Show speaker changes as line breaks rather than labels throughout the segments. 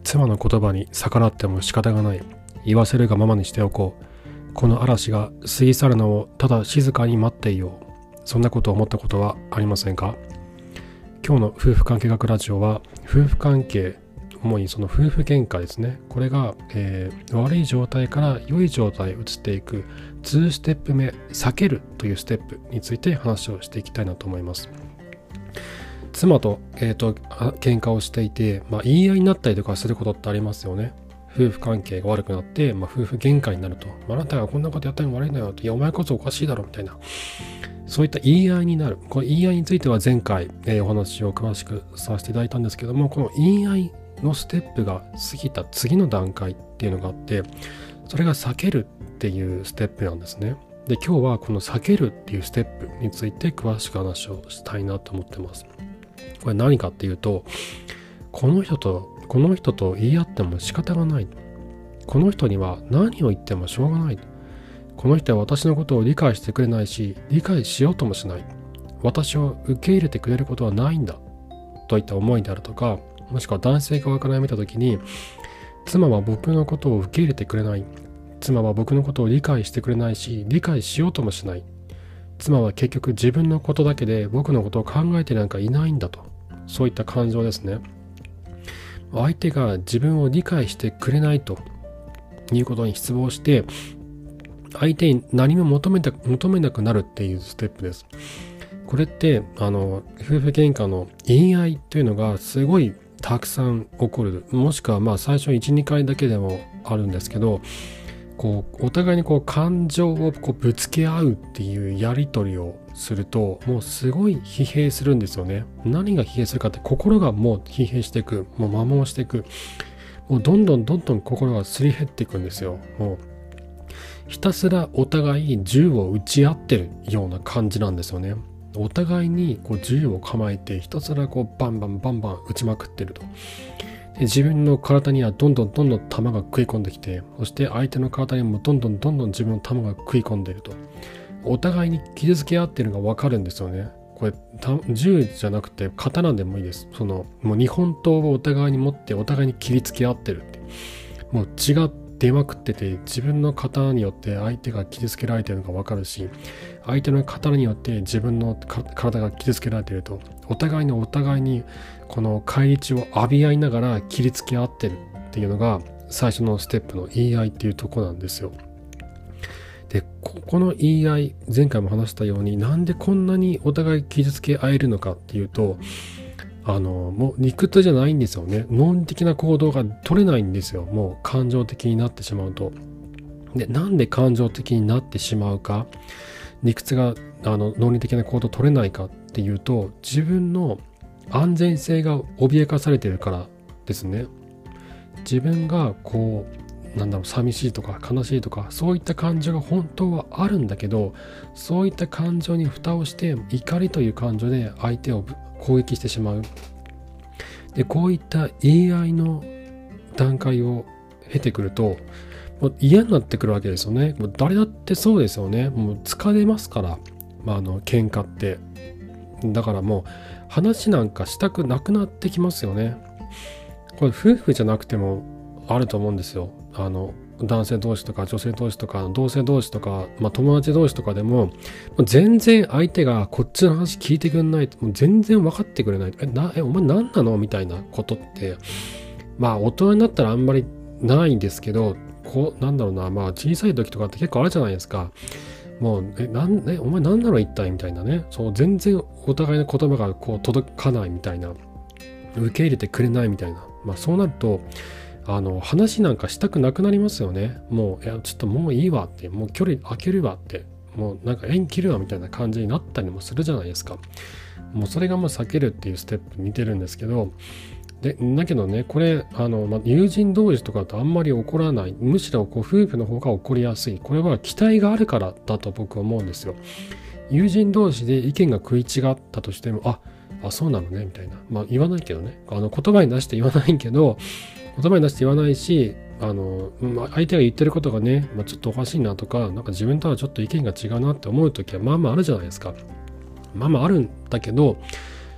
妻の言葉に逆らっても仕方がない。言わせるがままにしておこう。この嵐が過ぎ去るのをただ静かに待っていよう。そんなことを思ったことはありませんか？今日の夫婦関係学ラジオは、夫婦関係、主にその夫婦喧嘩ですね。これが、悪い状態から良い状態へ移っていく2ステップ目、避けるというステップについて話をしていきたいなと思います。妻と、喧嘩をしていて、言い合いになったりとかすることってありますよね。夫婦関係が悪くなって、夫婦喧嘩になると、あなたがこんなことやったの悪いのよって、いやお前こそおかしいだろみたいな、そういった言い合いになる。これ言い合いについては前回、お話を詳しくさせていただいたんですけども、この言い合いのステップが過ぎた次の段階っていうのがあって、それが避けるっていうステップなんですね。で、今日はこの避けるっていうステップについて詳しく話をしたいなと思ってます。これ何かっていうと、この人と言い合っても仕方がない。この人には何を言ってもしょうがない。この人は私のことを理解してくれないし、理解しようともしない。私を受け入れてくれることはないんだ。といった思いであるとか、もしくは男性側から見たときに、妻は僕のことを受け入れてくれない。妻は僕のことを理解してくれないし、理解しようともしない。妻は結局自分のことだけで僕のことを考えてなんかいないんだと。そういった感情ですね。相手が自分を理解してくれないということに失望して、相手に何も求めなくなるっていうステップです。これって夫婦喧嘩の言い合いというのがすごいたくさん起こる。もしくは最初 1,2 回だけでもあるんですけど、お互いに感情をぶつけ合うっていうやり取りをすると、もうすごい疲弊するんですよね。何が疲弊するかって、心がもう疲弊していく、もう摩耗していく、もうどんどん心がすり減っていくんですよ。もうひたすらお互い銃を撃ち合ってるような感じなんですよね。お互いに銃を構えてひたすらバンバン撃ちまくってると。で、自分の体にはどんどん弾が食い込んできて、そして相手の体にもどんどん自分の弾が食い込んでいると。お互いに傷つけ合ってるのがわかるんですよね。これ銃じゃなくて刀でもいいです。もう日本刀をお互いに持ってお互いに切りつけ合ってるって。もう血が出まくってて、自分の刀によって相手が傷つけられてるのがわかるし、相手の刀によって自分の体が傷つけられていると、お互いにこの返り血を浴び合いながら切りつけ合ってるっていうのが最初のステップの言い合いっていうところなんですよ。で、ここの言い合い、前回も話したように、なんでこんなにお互い傷つけ合えるのかっていうと、もう理屈じゃないんですよね。論理的な行動が取れないんですよ。もう感情的になってしまうと。で、なんで感情的になってしまうか、理屈が論理的な行動取れないかっていうと、自分の安全性が脅かされているからですね。自分が寂しいとか悲しいとか、そういった感情が本当はあるんだけど、そういった感情に蓋をして怒りという感情で相手を攻撃してしまう。で、こういった言い合いの段階を経てくると、もう嫌になってくるわけですよね。もう誰だってそうですよね。もう疲れますから、喧嘩って。だからもう話なんかしたくなくなってきますよね。これ夫婦じゃなくてもあると思うんですよ。男性同士とか女性同士とか同性同士とか、友達同士とかでも、全然相手がこっちの話聞いてくれないと、もう全然分かってくれない。お前何なのみたいなことって、大人になったらあんまりないんですけど、小さい時とかって結構あるじゃないですか。もうお前何なの一体みたいなね。全然お互いの言葉が届かないみたいな、受け入れてくれないみたいな。そうなると話なんかしたくなくなりますよね。もうちょっともういいわって、もう距離空けるわって、もう縁切るわみたいな感じになったりもするじゃないですか。もうそれが避けるっていうステップに似てるんですけど、だけどね、これ友人同士とかとあんまり起こらない。むしろ夫婦の方が起こりやすい。これは期待があるからだと僕は思うんですよ。友人同士で意見が食い違ったとしても、そうなのねみたいな、言わないけどね、言葉に出して言わないけど、言葉に出して言わないし、相手が言ってることがね、ちょっとおかしいなとか、なんか自分とはちょっと意見が違うなって思う時はあるじゃないですか。あるんだけど、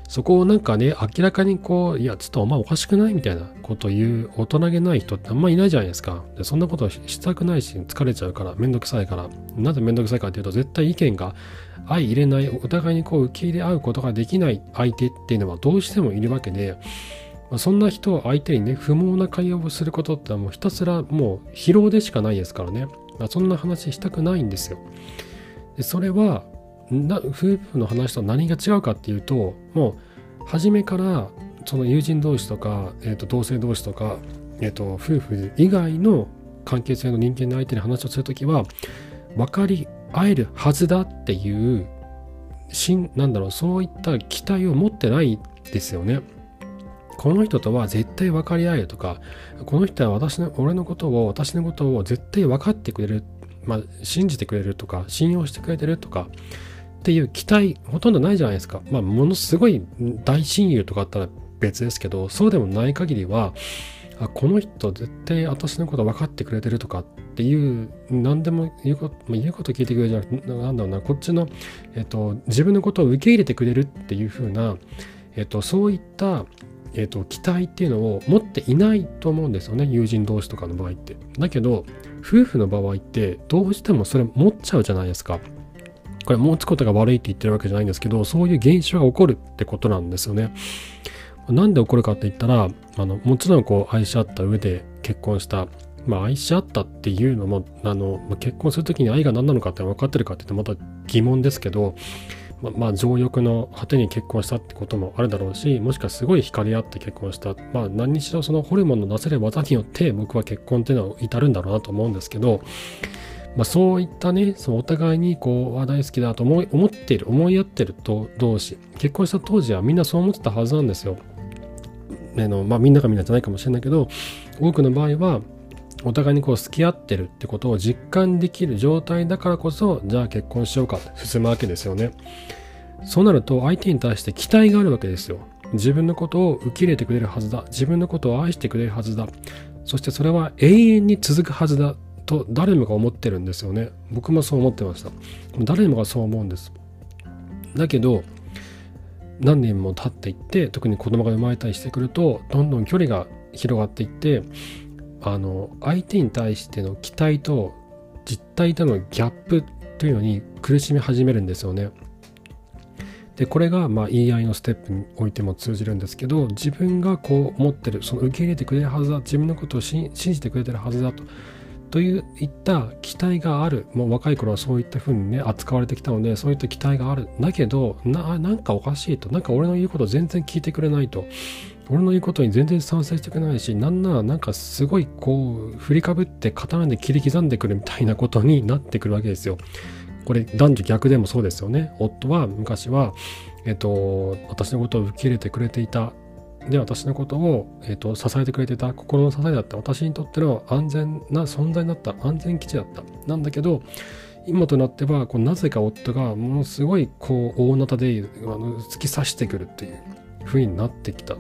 そこをなんかね、明らかにこう、いや、ちょっとお前おかしくないみたいなことを言う大人げない人ってあんまいないじゃないですか。でそんなことしたくないし、疲れちゃうから、めんどくさいから。なぜめんどくさいかっていうと、絶対意見が相入れない、お互いにこう受け入れ合うことができない相手っていうのはどうしてもいるわけで、そんな人を相手にね、不毛な会話をすることってもうひたすらもう疲労でしかないですからね。そんな話したくないんですよ。でそれは夫婦の話と何が違うかっていうと、もう初めからその友人同士とか、同性同士とか、夫婦以外の関係性の人間の相手に話をするときは分かり合えるはずだっていうそういった期待を持ってないですよね。この人とは絶対分かり合えるとか、この人は私のことを絶対分かってくれる、信じてくれるとか信用してくれてるとかっていう期待ほとんどないじゃないですか。ものすごい大親友とかあったら別ですけど、そうでもない限りは、この人絶対私のこと分かってくれてるとかっていう、何でも言うこと聞いてくれるじゃなくて、なんだろうな、こっちの、自分のことを受け入れてくれるっていう風な、そういった期待っていうのを持っていないと思うんですよね、友人同士とかの場合って。だけど夫婦の場合ってどうしてもそれ持っちゃうじゃないですか。これ持つことが悪いって言ってるわけじゃないんですけど、そういう現象が起こるってことなんですよね。なんで起こるかって言ったら、もちろんこう愛し合った上で結婚した、愛し合ったっていうのも結婚するときに愛が何なのかって分かってるかって言ってまた疑問ですけど、情欲の果てに結婚したってこともあるだろうし、もしくはすごい惹かれ合って結婚した、何にしろそのホルモンの出せる技によって僕は結婚っていうのは至るんだろうなと思うんですけど、そういったね、そのお互いにこう大好きだと思い合ってる同士、結婚した当時はみんなそう思ってたはずなんですよ。みんながみんなじゃないかもしれないけど、多くの場合はお互いにこう好き合ってるってことを実感できる状態だからこそ、じゃあ結婚しようかって進むわけですよね。そうなると相手に対して期待があるわけですよ。自分のことを受け入れてくれるはずだ、自分のことを愛してくれるはずだ、そしてそれは永遠に続くはずだと誰もが思ってるんですよね。僕もそう思ってました。誰もがそう思うんです。だけど何年も経っていって、特に子供が生まれたりしてくると、どんどん距離が広がっていって、相手に対しての期待と実態とのギャップというのに苦しみ始めるんですよね。でこれが言い合いのステップにおいても通じるんですけど、自分がこう思ってる、その受け入れてくれるはずだ、自分のことを信じてくれてるはずだといった期待がある。もう若い頃はそういった風にね扱われてきたので、そういった期待がある。だけどなんかおかしいと、なんか俺の言うこと全然聞いてくれないと、俺の言うことに全然賛成してくれないし、なんかすごいこう振りかぶって刀で切り刻んでくるみたいなことになってくるわけですよ。これ男女逆でもそうですよね。夫は昔は、私のことを受け入れてくれていた。で、私のことを、支えてくれていた。心の支えだった。私にとっての安全な存在だった。安全基地だった。なんだけど、今となってはなぜか夫がものすごい大なたで突き刺してくるっていう風になってきた。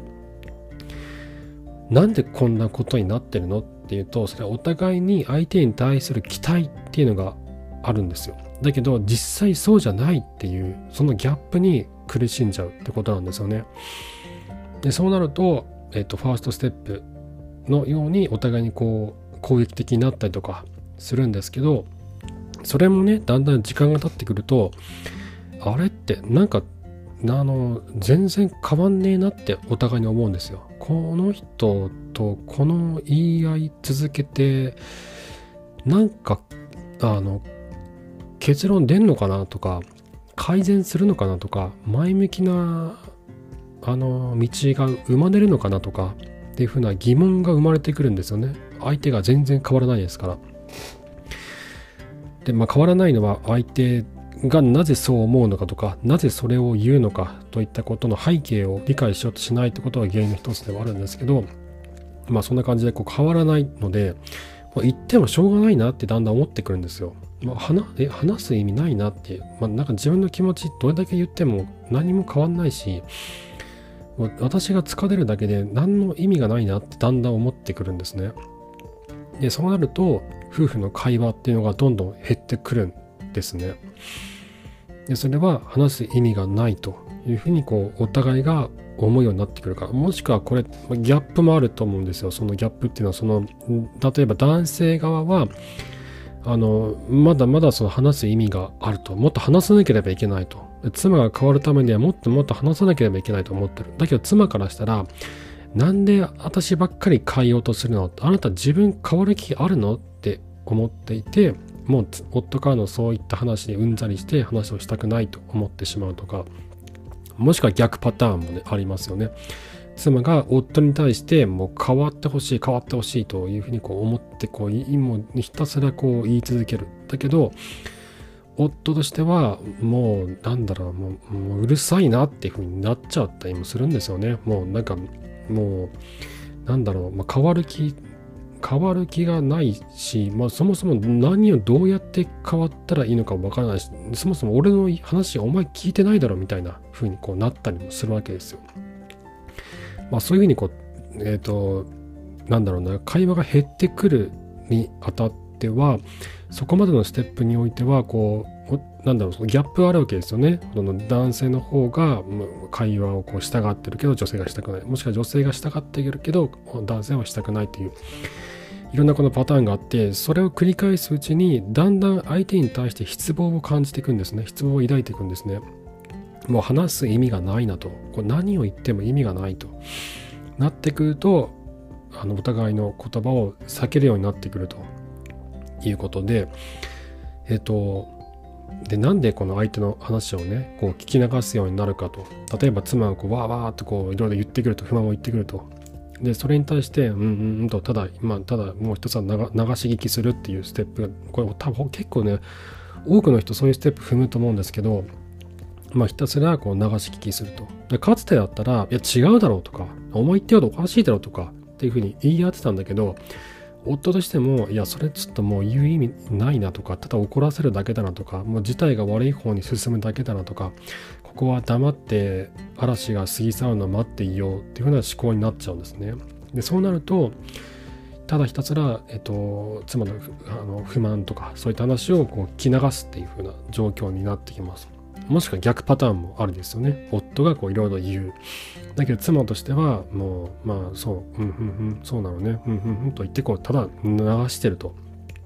なんでこんなことになってるのっていうと、それはお互いに相手に対する期待っていうのがあるんですよ。だけど実際そうじゃないっていう、そのギャップに苦しんじゃうってことなんですよね。でそうなると、ファーストステップのようにお互いに攻撃的になったりとかするんですけど、それもねだんだん時間が経ってくると、あれってなんか全然変わんねえなってお互いに思うんですよ。この人とこの言い合い続けて、なんか結論出んのかなとか、改善するのかなとか、前向きな道が生まれるのかなとかっていうふうな疑問が生まれてくるんですよね。相手が全然変わらないですから。で変わらないのは相手がなぜそう思うのかとか、なぜそれを言うのかといったことの背景を理解しようとしないってことが原因の一つではあるんですけど、そんな感じで変わらないので、言ってもしょうがないなってだんだん思ってくるんですよ。話す意味ないなって、なんか自分の気持ちどれだけ言っても何も変わんないし、私が疲れるだけで何の意味がないなってだんだん思ってくるんですね。でそうなると夫婦の会話っていうのがどんどん減ってくるんですね。でそれは話す意味がないというふうにこうお互いが思うようになってくるか、もしくはこれギャップもあると思うんですよ。そのギャップっていうのは例えば男性側はまだまだその話す意味があると、もっと話さなければいけないと、妻が変わるためにはもっともっと話さなければいけないと思ってる。だけど妻からしたら、なんで私ばっかり変えようとするの、あなた自分変わる気あるのって思っていて、もう夫からのそういった話にうんざりして話をしたくないと思ってしまうとか、もしくは逆パターンもねありますよね。妻が夫に対してもう変わってほしいというふうにこう思ってもうひたすらこう言い続ける。だけど夫としてはもうもううるさいなっていうふうになっちゃったりもするんですよね。もう変わる気がないし、そもそも何をどうやって変わったらいいのかわからないし、そもそも俺の話お前聞いてないだろみたいな風にこうなったりもするわけですよ。そういうふうに会話が減ってくるにあたっては、そこまでのステップにおいてはそのギャップがあるわけですよね。男性の方が会話を従ってるけど女性がしたくない、もしくは女性がしたがっているけど男性はしたくないっていう、いろんなこのパターンがあって、それを繰り返すうちにだんだん相手に対して失望を感じていくんですね。失望を抱いていくんですね。もう話す意味がないなと、何を言っても意味がないとなってくると、お互いの言葉を避けるようになってくるということで、なんでこの相手の話をねこう聞き流すようになるかと。例えば妻がわーわーっといろいろ言ってくると、不満を言ってくると、でそれに対してとただもう一つは流し聞きするっていうステップが、これ多分結構ね多くの人そういうステップ踏むと思うんですけど、ひたすら流し聞きすると。でかつてだったら、いや違うだろうとか、お前言ってることおかしいだろうとかっていうふうに言い合ってたんだけど、夫としてもいやそれちょっともう言う意味ないなとか、ただ怒らせるだけだなとか、もう事態が悪い方に進むだけだなとか、ここは黙って嵐が過ぎ去るのを待っていようっていうふうな思考になっちゃうんですね。でそうなるとただひたすら、妻の不満とかそういった話を聞き流すっていうふうな状況になってきます。もしくは逆パターンもあるですよね。夫がいろいろ言う。だけど妻としてはもうそう、そうなのね、と言ってただ流してると。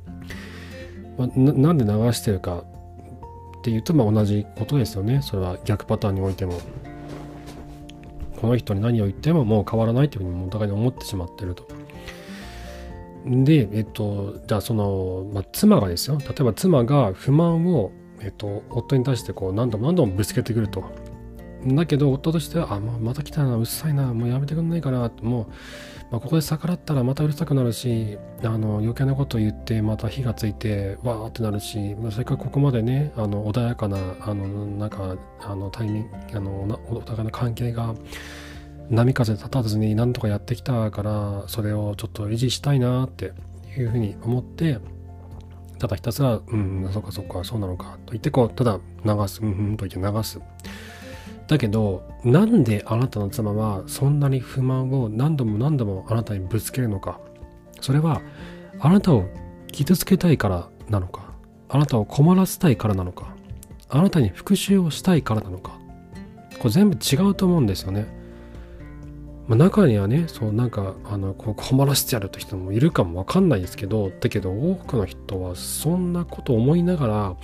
なんで流してるかっていうと同じことですよね。それは逆パターンにおいても。この人に何を言ってももう変わらないというふうにお互いに思ってしまってると。で、じゃあ妻がですよ。例えば妻が不満を夫に対して何度もぶつけてくると。だけど夫としてはまた来たな、うっさいな、もうやめてくんないかな、もう、ここで逆らったらまたうるさくなるし、余計なこと言ってまた火がついてわーってなるし、せっかくここまでね穏やかなタイミングお互いの関係が波風立たずになんとかやってきたから、それをちょっと維持したいなっていうふうに思って、ただひたすらそっかそうなのかと言ってただ流すと言って流す。だけどなんであなたの妻はそんなに不満を何度もあなたにぶつけるのか。それはあなたを傷つけたいからなのか、あなたを困らせたいからなのか、あなたに復讐をしたいからなのか、これ全部違うと思うんですよね。中にはね困らせてやるという人もいるかもわかんないですけど、だけど多くの人はそんなことを思いながら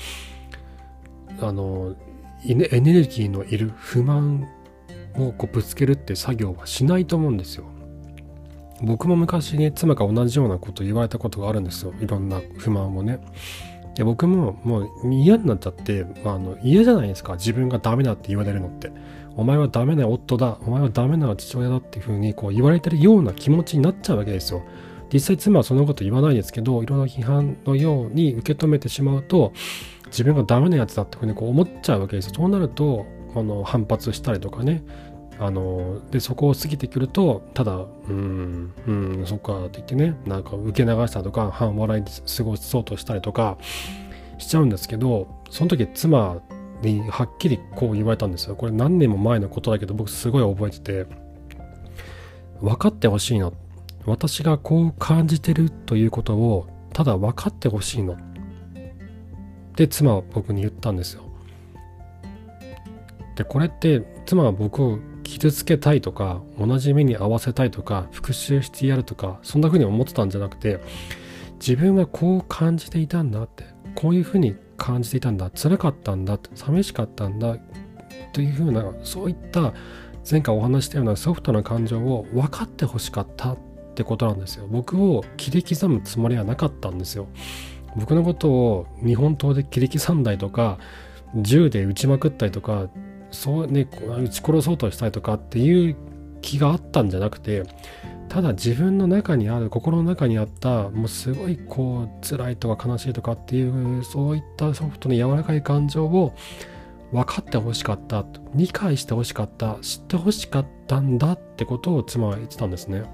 エネルギーのいる不満をぶつけるって作業はしないと思うんですよ。僕も昔ね妻が同じようなことを言われたことがあるんですよ。いろんな不満をね。で僕ももう嫌になっちゃって、嫌じゃないですか、自分がダメだって言われるのって。お前はダメな夫だ、お前はダメな父親だっていう風に言われてるような気持ちになっちゃうわけですよ。実際妻はそんなこと言わないですけど、いろんな批判のように受け止めてしまうと、自分がダメなやつだっていう風に思っちゃうわけですよ。そうなると反発したりとかね、でそこを過ぎてくるとただそっかって言ってね、受け流したとか半笑いで過ごそうとしたりとかしちゃうんですけど、その時妻にはっきり言われたんですよ。これ何年も前のことだけど僕すごい覚えてて、分かってほしいの、私がこう感じてるということをただ分かってほしいのって妻は僕に言ったんですよ。でこれって妻は僕を傷つけたいとか、同じ目に合わせたいとか、復讐してやるとか、そんな風に思ってたんじゃなくて、自分はこう感じていたんだって、こういう風に感じていたんだ、辛かったんだ、寂しかったんだという風な、そういった前回お話したようなソフトな感情を分かってほしかったってことなんですよ。僕を切り刻むつもりはなかったんですよ。僕のことを日本刀で切り刻んだりとか、銃で撃ちまくったりとか、そうね、撃ち殺そうとしたりとかっていう気があったんじゃなくて、ただ自分の中にある、心の中にあったもうすごいこう辛いとか悲しいとかっていう、そういったソフトの柔らかい感情を分かってほしかった、理解してほしかった、知ってほしかったんだってことを妻は言ってたんですね。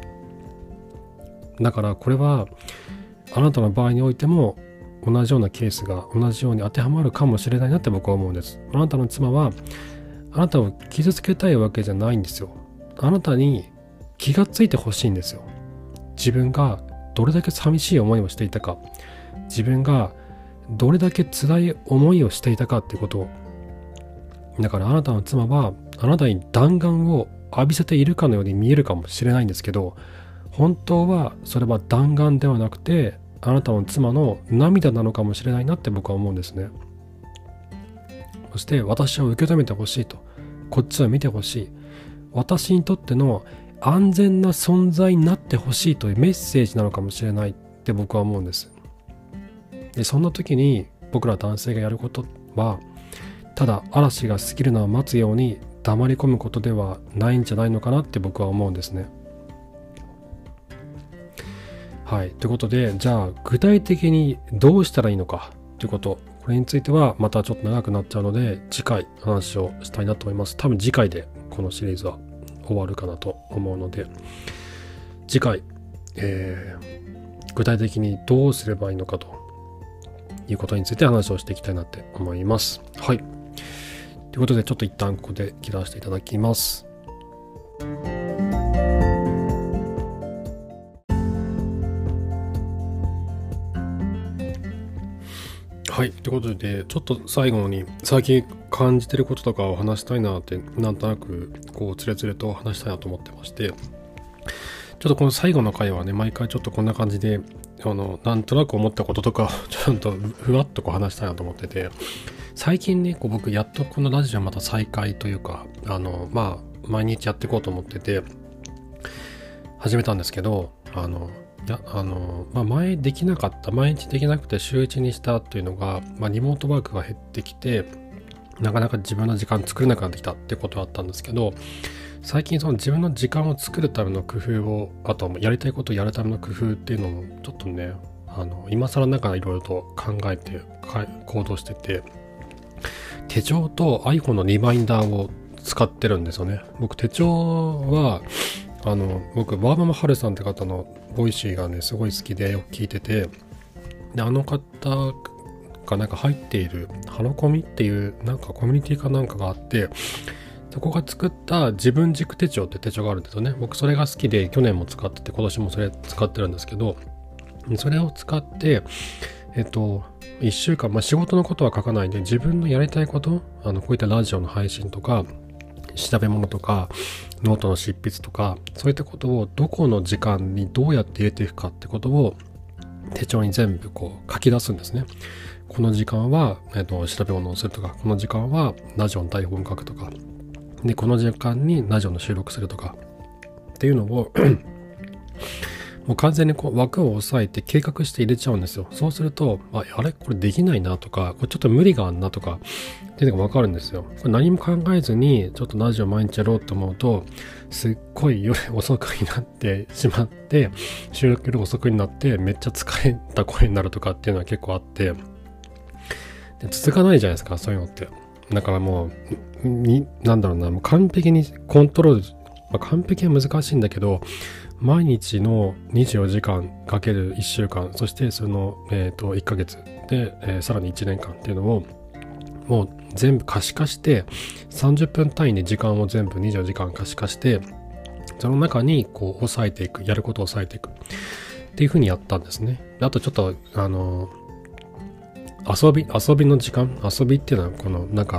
だからこれはあなたの場合においても同じようなケースが同じように当てはまるかもしれないなって僕は思うんです。あなたの妻はあなたを傷つけたいわけじゃないんですよ。あなたに気がついてほしいんですよ。自分がどれだけ寂しい思いをしていたか、自分がどれだけ辛い思いをしていたかっていうことを。だからあなたの妻はあなたに弾丸を浴びせているかのように見えるかもしれないんですけど、本当はそれは弾丸ではなくて、あなたの妻の涙なのかもしれないなって僕は思うんですね。そして私を受け止めてほしいと、こっちを見てほしい、私にとっての安全な存在になってほしいというメッセージなのかもしれないって僕は思うんです。でそんな時に僕ら男性がやることは、ただ嵐が過ぎるのを待つように黙り込むことではないんじゃないのかなって僕は思うんですね。はい、ということで、じゃあ具体的にどうしたらいいのかということ、これについてはまたちょっと長くなっちゃうので、次回話をしたいなと思います。多分次回でこのシリーズは終わるかなと思うので、次回、具体的にどうすればいいのかということについて話をしていきたいなって思います。はい。ということで、ちょっと一旦ここで切らせていただきます。はい。ということで、ちょっと最後に最近感じてることとかを話したいなって、なんとなくこうつれつれと話したいなと思ってまして、ちょっとこの最後の回はね、毎回ちょっとこんな感じで、なんとなく思ったこととかをちょっとふわっとこう話したいなと思ってて、最近ね、こう僕やっとこのラジオまた再開というか、毎日やっていこうと思ってて、始めたんですけど、前できなかった、毎日できなくて週1にしたっていうのが、リモートワークが減ってきて、なかなか自分の時間作れなくなってきたってことだったんですけど、最近その自分の時間を作るための工夫を、あとやりたいことをやるための工夫っていうのもちょっとね、今更ながらいろいろと考えて行動してて、手帳と iPhone のリマインダーを使ってるんですよね。僕手帳は僕ワーママハルさんって方のボイシーがねすごい好きでよく聞いてて、であの方がなんか入っているハロコミっていうなんかコミュニティかなんかがあって、そこが作った自分軸手帳って手帳があるんですよね。僕それが好きで去年も使ってて、今年もそれ使ってるんですけど、それを使って1週間、仕事のことは書かないで自分のやりたいこと、こういったラジオの配信とか調べ物とかノートの執筆とか、そういったことをどこの時間にどうやって入れていくかってことを手帳に全部こう書き出すんですね。この時間は、調べ物をするとか、この時間はラジオの台本を書くとかで、この時間にラジオの収録するとかっていうのをもう完全にこう枠を押さえて計画して入れちゃうんですよ。そうすると、あれこれできないなとか、これちょっと無理があんなとかっていうのがわかるんですよ。これ何も考えずにちょっとラジオ毎日やろうと思うと、すっごい夜遅くになってしまって、収録夜遅くになってめっちゃ疲れた声になるとかっていうのは結構あって、で続かないじゃないですか、そういうのって。だからもうもう完璧にコントロール、完璧は難しいんだけど、毎日の24時間かける1週間、そしてその、1ヶ月で、さらに1年間っていうのをもう全部可視化して、30分単位で時間を全部24時間可視化して、その中にこう抑えていく、やることを抑えていくっていう風にやったんですね。あとちょっと遊びの時間、遊びっていうのはこのなんか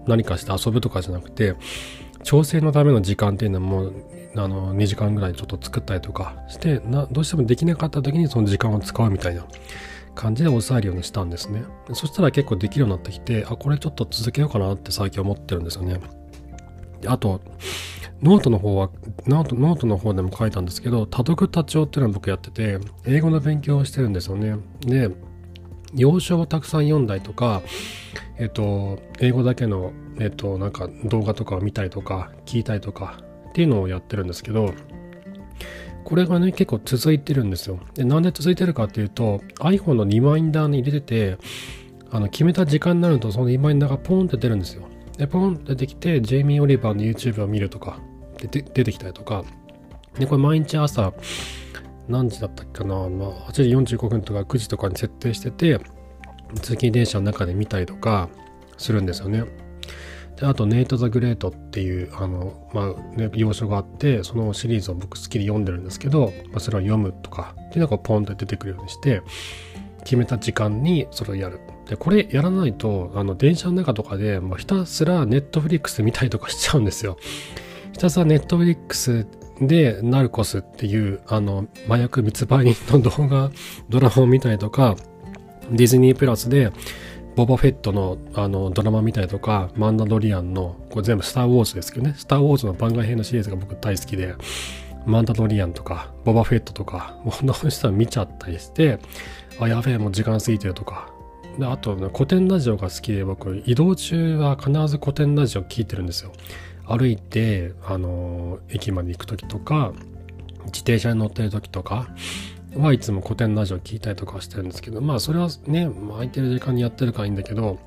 何かして遊ぶとかじゃなくて、調整のための時間っていうのも2時間ぐらいちょっと作ったりとかしてどうしてもできなかった時にその時間を使うみたいな感じで抑えるようにしたんですね。そしたら結構できるようになってきて、これちょっと続けようかなって最近思ってるんですよね。であとノートの方でも書いたんですけど、多読多聴っていうのを僕やってて、英語の勉強をしてるんですよね。で、要所をたくさん読んだりとか、英語だけの、なんか動画とかを見たりとか、聞いたりとかっていうのをやってるんですけど、これがね、結構続いてるんですよ。で、なんで続いてるかっていうと、iPhone のリマインダーに入れてて、決めた時間になるとそのリマインダーがポンって出るんですよ。で、ポンって出てきて、ジェイミー・オリバーの YouTube を見るとか、で出てきたりとか、で、これ毎日朝、何時だったっけな、8時45分とか9時とかに設定してて、通勤電車の中で見たりとかするんですよね。で、あと、ネイト・ザ・グレートっていう、要所があって、そのシリーズを僕好きで読んでるんですけど、それを読むとかっていうのがポンと出てくるようにして、決めた時間にそれをやる。で、これやらないと、電車の中とかで、ひたすらネットフリックス見たりとかしちゃうんですよ。ひたすらネットフリックスでナルコスっていう麻薬密売人のドラマを見たりとか、ディズニープラスでボバフェットのドラマ見たりとか、マンダロリアンのこれ全部スターウォーズですけどね、スターウォーズの番外編のシリーズが僕大好きで、マンダロリアンとかボバフェットとかもうどうしたら見ちゃったりして、やべえもう時間過ぎてるとか。で、あと古典ラジオが好きで、僕移動中は必ず古典ラジオ聞いてるんですよ。歩いて駅まで行く時とか、自転車に乗ってる時とかはいつも古典ラジオ聞いたりとかしてるんですけど、それはね、空いてる時間にやってるからいいんだけど、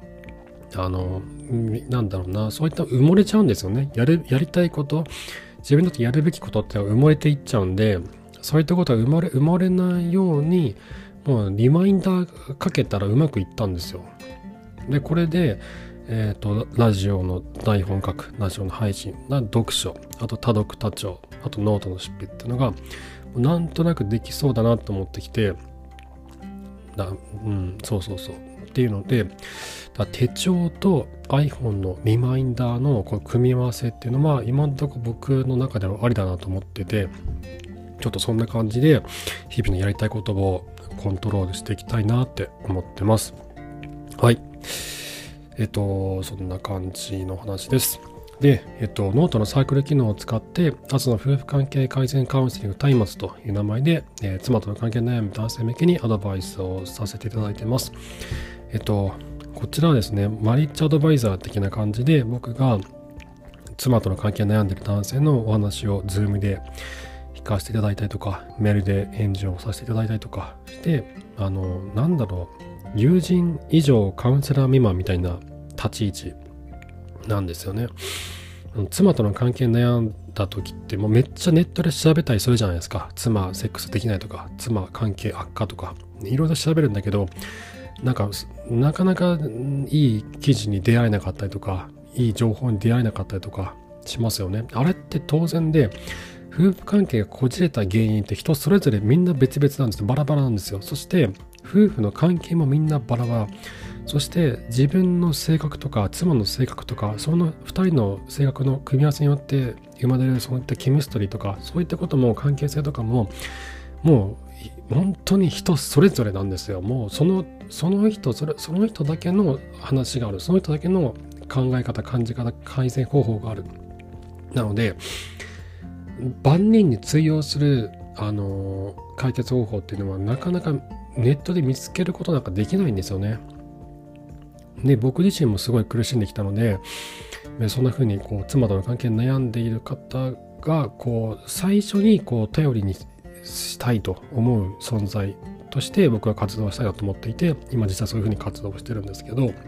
なんだろうな、そういった埋もれちゃうんですよね。やりたいこと、自分だってやるべきことって埋もれていっちゃうんで、そういったことが埋もれないように、もうリマインダーかけたらうまくいったんですよ。で、これで、ラジオの台本書く、ラジオの配信、読書、あと多読多聴、あとノートの執筆っていうのが、なんとなくできそうだなと思ってきて、そうっていうので、手帳と iPhone のリマインダーのこう組み合わせっていうのは今のところ僕の中ではありだなと思ってて、ちょっとそんな感じで日々のやりたいことをコントロールしていきたいなって思ってます。はい。そんな感じの話です。で、ノートのサークル機能を使って、朝の夫婦関係改善カウンセリング松明という名前で、妻との関係悩む男性向けにアドバイスをさせていただいてます。こちらはですね、マリッジアドバイザー的な感じで、僕が妻との関係悩んでいる男性のお話をズームで聞かせていただいたりとか、メールで返事をさせていただいたりとかして、友人以上カウンセラー未満みたいな立ち位置なんですよね。妻との関係悩んだ時ってもうめっちゃネットで調べたりするじゃないですか。妻セックスできないとか、妻関係悪化とかいろいろ調べるんだけど、なかなかいい記事に出会えなかったりとか、いい情報に出会えなかったりとかしますよね。あれって当然で、夫婦関係がこじれた原因って人それぞれみんな別々なんですよ。バラバラなんですよ。そして夫婦の関係もみんなバラバラ。そして自分の性格とか妻の性格とか、その2人の性格の組み合わせによって生まれるそういったケミストリーとか、そういったことも関係性とかももう本当に人それぞれなんですよ。もうその人だけの話がある。その人だけの考え方、感じ方、改善方法がある。なので万人に通用する解決方法っていうのはなかなかネットで見つけることなんかできないんですよね。で、僕自身もすごい苦しんできたので、そんな風に妻との関係に悩んでいる方が最初に頼りにしたいと思う存在として僕は活動したいなと思っていて、今実際そういう風に活動してるんですけど、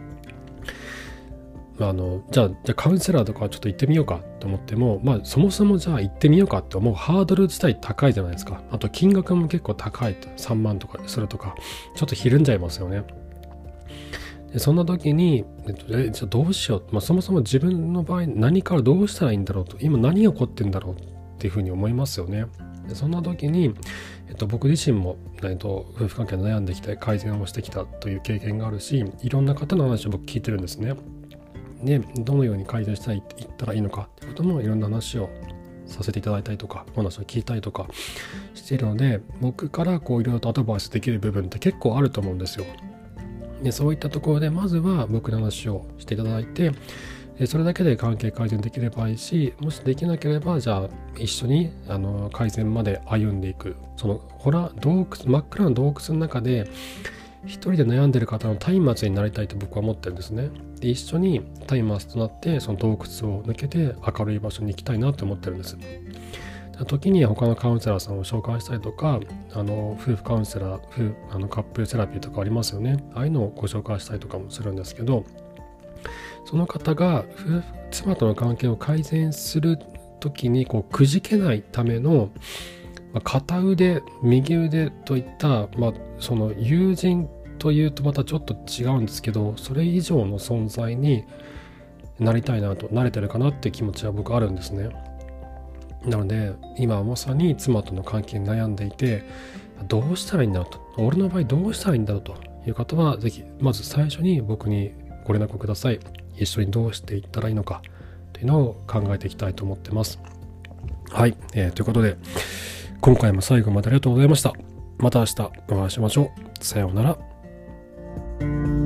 じゃあカウンセラーとかちょっと行ってみようかと思っても、そもそもじゃあ行ってみようかって思うハードル自体高いじゃないですか。あと金額も結構高いと、3万とかするとか、ちょっとひるんじゃいますよね。でそんな時に、じゃあどうしよう、そもそも自分の場合何からどうしたらいいんだろうと、今何が起こってんだろうっていうふうに思いますよね。でそんな時に、僕自身も、夫婦関係で悩んできて改善をしてきたという経験があるし、いろんな方の話を僕聞いてるんですね。 でどのように改善したいいったらいいのかっていうこともいろんな話をさせていただいたりとか、お話を聞いたりとかしているので、僕からこういろいろとアドバイスできる部分って結構あると思うんですよ。でそういったところでまずは僕の話をしていただいて、それだけで関係改善できればいいし、もしできなければじゃあ一緒に改善まで歩んでいく。その真っ暗な洞窟の中で一人で悩んでる方の松明になりたいと僕は思ってるんですね。で一緒に松明となってその洞窟を抜けて明るい場所に行きたいなと思ってるんです。時には他のカウンセラーさんを紹介したりとか、夫婦カウンセラー、カップルセラピーとかありますよね。ああいうのをご紹介したりとかもするんですけど、その方が妻との関係を改善するときにこうくじけないための、片腕、右腕といった、その友人というとまたちょっと違うんですけど、それ以上の存在になりたいなと、慣れてるかなっていう気持ちは僕あるんですね。なので今はまさに妻との関係に悩んでいて、どうしたらいいんだろうと、俺の場合どうしたらいいんだろうという方はぜひまず最初に僕にご連絡ください。一緒にどうしていったらいいのかというのを考えていきたいと思ってます。はい、ということで今回も最後までありがとうございました。また明日お会いしましょう。さようなら。